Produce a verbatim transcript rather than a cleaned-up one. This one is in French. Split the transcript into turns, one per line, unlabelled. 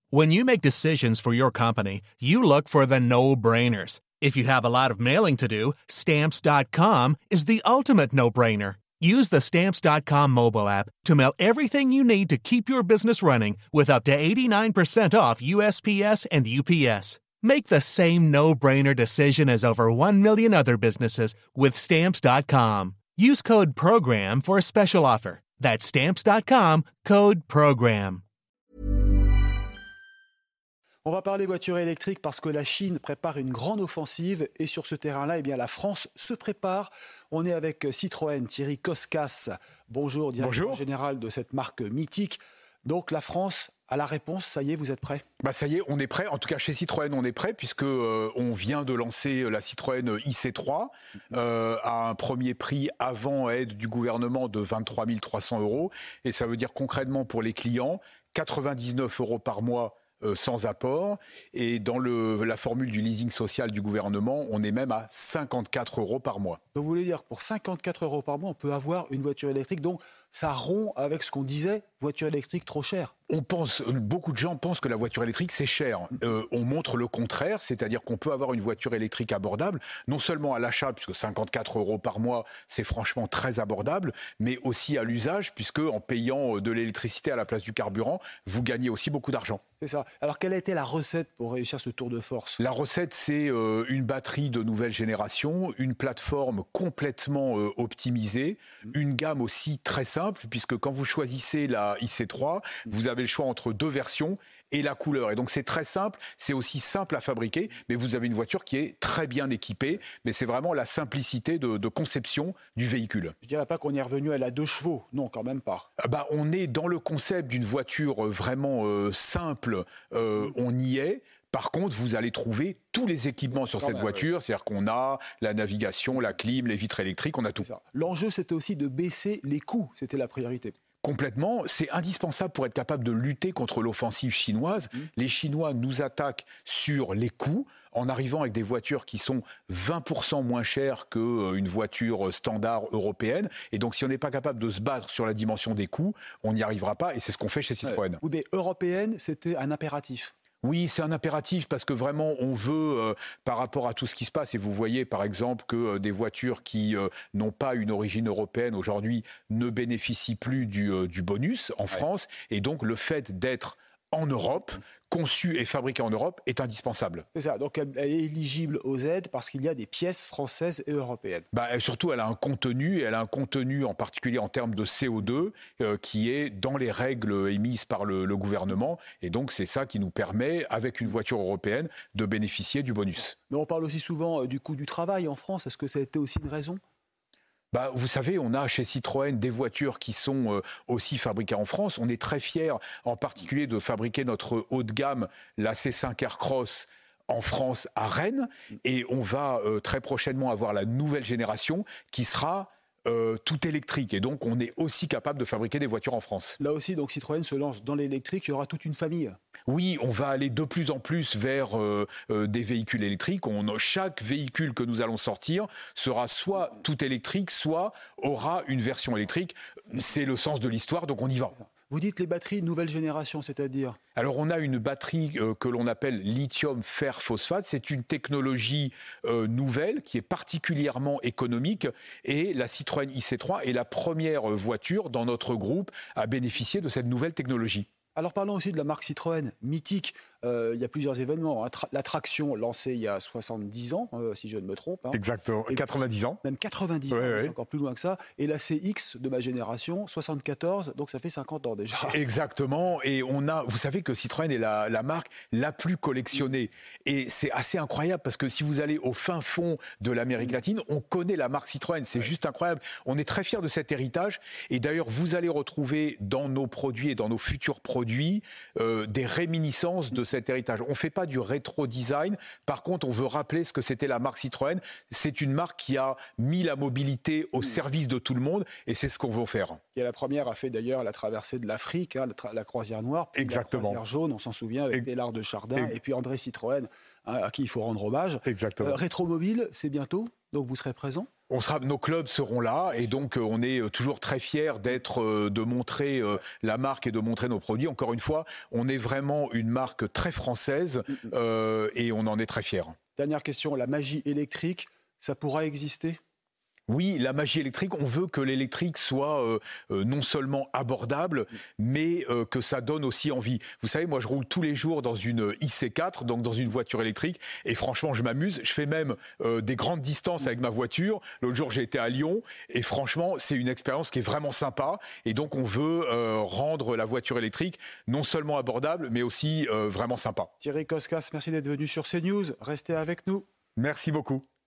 When you make decisions for your company, you look for the no-brainers. If you have a lot of mailing to do, Stamps dot com is the ultimate no-brainer. Use the Stamps dot com mobile app to mail everything you need to keep your business running with up to eighty-nine percent off U S P S and U P S. Make the same no-brainer decision as over one million other businesses with Stamps dot com. Use code PROGRAM for a special offer. That's Stamps dot com, code PROGRAM.
On va parler voiture électrique parce que la Chine prépare une grande offensive et sur ce terrain-là, eh bien, la France se prépare. On est avec Citroën, Thierry Koskas. Bonjour, directeur
Bonjour.
général de cette marque mythique. Donc la France a la réponse, ça y est, vous êtes prêts ?
Bah ça y est, on est prêt. En tout cas, chez Citroën, on est prêt puisque euh, on vient de lancer la Citroën I C trois euh, à un premier prix avant aide du gouvernement de vingt-trois mille trois cents euros. Et ça veut dire concrètement pour les clients, quatre-vingt-dix-neuf euros par mois euh, sans apport. Et dans le, la formule du leasing social du gouvernement, on est même à cinquante-quatre euros par mois.
Donc vous voulez dire que pour cinquante-quatre euros par mois, on peut avoir une voiture électrique. Donc ça rompt avec ce qu'on disait, voiture électrique trop chère.
On pense, beaucoup de gens pensent que la voiture électrique c'est cher. Euh, on montre le contraire, c'est-à-dire qu'on peut avoir une voiture électrique abordable, non seulement à l'achat, puisque cinquante-quatre euros par mois, c'est franchement très abordable, mais aussi à l'usage, puisque en payant de l'électricité à la place du carburant, vous gagnez aussi beaucoup d'argent.
C'est ça. Alors quelle a été la recette pour réussir ce tour de force ?
La recette, c'est euh, une batterie de nouvelle génération, une plateforme complètement euh, optimisée, une gamme aussi très simple, puisque quand vous choisissez la I C trois, vous avez le choix entre deux versions et la couleur. Et donc c'est très simple, c'est aussi simple à fabriquer, mais vous avez une voiture qui est très bien équipée, mais c'est vraiment la simplicité de, de conception du véhicule.
Je ne dirais pas qu'on est revenu à la deux chevaux, non, quand même pas.
Bah, on est dans le concept d'une voiture vraiment euh, simple, euh, on y est. Par contre, vous allez trouver tous les équipements sur cette voiture, c'est-à-dire qu'on a la navigation, la clim, les vitres électriques, on a tout.
C'est ça. L'enjeu, c'était aussi de baisser les coûts, c'était la priorité.
Complètement, c'est indispensable pour être capable de lutter contre l'offensive chinoise. Mmh. Les Chinois nous attaquent sur les coûts en arrivant avec des voitures qui sont vingt pour cent moins chères qu'une voiture standard européenne. Et donc, si on n'est pas capable de se battre sur la dimension des coûts, on n'y arrivera pas. Et c'est ce qu'on fait chez Citroën.
Ouais. Oui, mais européenne, c'était un impératif.
Oui, c'est un impératif parce que vraiment, on veut, euh, par rapport à tout ce qui se passe, et vous voyez par exemple que euh, des voitures qui euh, n'ont pas une origine européenne aujourd'hui ne bénéficient plus du, euh, du bonus en ouais. France. Et donc, le fait d'être en Europe, conçue et fabriquée en Europe, est indispensable.
C'est ça, donc elle est éligible aux aides parce qu'il y a des pièces françaises et européennes.
Bah, et surtout, elle a un contenu, elle a un contenu en particulier en termes de C O deux, euh, qui est dans les règles émises par le, le gouvernement. Et donc, c'est ça qui nous permet, avec une voiture européenne, de bénéficier du bonus.
Mais on parle aussi souvent euh, du coût du travail en France. Est-ce que ça a été aussi une raison ?
Bah, vous savez, on a chez Citroën des voitures qui sont euh, aussi fabriquées en France. On est très fiers, en particulier, de fabriquer notre haut de gamme, la C cinq Aircross, en France, à Rennes. Et on va euh, très prochainement avoir la nouvelle génération qui sera euh, tout électrique. Et donc, on est aussi capable de fabriquer des voitures en France.
Là aussi, donc Citroën se lance dans l'électrique. Il y aura toute une famille.
Oui, on va aller de plus en plus vers euh, euh, des véhicules électriques. On, chaque véhicule que nous allons sortir sera soit tout électrique, soit aura une version électrique. C'est le sens de l'histoire, donc on y va.
Vous dites les batteries nouvelle génération, c'est-à-dire ?
Alors on a une batterie euh, que l'on appelle lithium fer phosphate. C'est une technologie euh, nouvelle qui est particulièrement économique et la Citroën I C trois est la première voiture dans notre groupe à bénéficier de cette nouvelle technologie.
Alors parlons aussi de la marque Citroën, mythique. Euh, il y a plusieurs événements. Hein. La traction lancée il y a soixante-dix ans, euh, si je ne me trompe. Hein.
Exactement, et quatre-vingt-dix ans.
Même quatre-vingt-dix
ouais,
ans,
ouais.
C'est encore plus loin que ça. Et la C X de ma génération, soixante-quatorze, donc ça fait cinquante ans déjà.
Exactement, et on a, vous savez que Citroën est la, la marque la plus collectionnée. Et c'est assez incroyable parce que si vous allez au fin fond de l'Amérique latine, on connaît la marque Citroën. C'est ouais. juste incroyable. On est très fiers de cet héritage. Et d'ailleurs, vous allez retrouver dans nos produits et dans nos futurs produits euh, des réminiscences de cet héritage. On ne fait pas du rétro design. Par contre, on veut rappeler ce que c'était la marque Citroën. C'est une marque qui a mis la mobilité au service de tout le monde et c'est ce qu'on veut faire.
Et la première a fait d'ailleurs la traversée de l'Afrique, hein, la, tra- la croisière noire, puis
Exactement.
La croisière jaune, on s'en souvient, avec Télard de Chardin, et... et puis André Citroën, hein, à qui il faut rendre hommage.
Exactement.
Euh, Rétromobile, c'est bientôt, donc vous serez présent ?
On sera, nos clubs seront là et donc euh, on est toujours très fiers d'être, euh, de montrer euh, la marque et de montrer nos produits. Encore une fois, on est vraiment une marque très française euh, et on en est très fiers.
Dernière question, la magie électrique, ça pourra exister ?
Oui, la magie électrique, on veut que l'électrique soit euh, euh, non seulement abordable, mais euh, que ça donne aussi envie. Vous savez, moi je roule tous les jours dans une I C quatre, donc dans une voiture électrique, et franchement je m'amuse. Je fais même euh, des grandes distances avec ma voiture. L'autre jour j'ai été à Lyon, et franchement c'est une expérience qui est vraiment sympa. Et donc on veut euh, rendre la voiture électrique non seulement abordable, mais aussi euh, vraiment sympa.
Thierry Koskas, merci d'être venu sur CNews. Restez avec nous.
Merci beaucoup.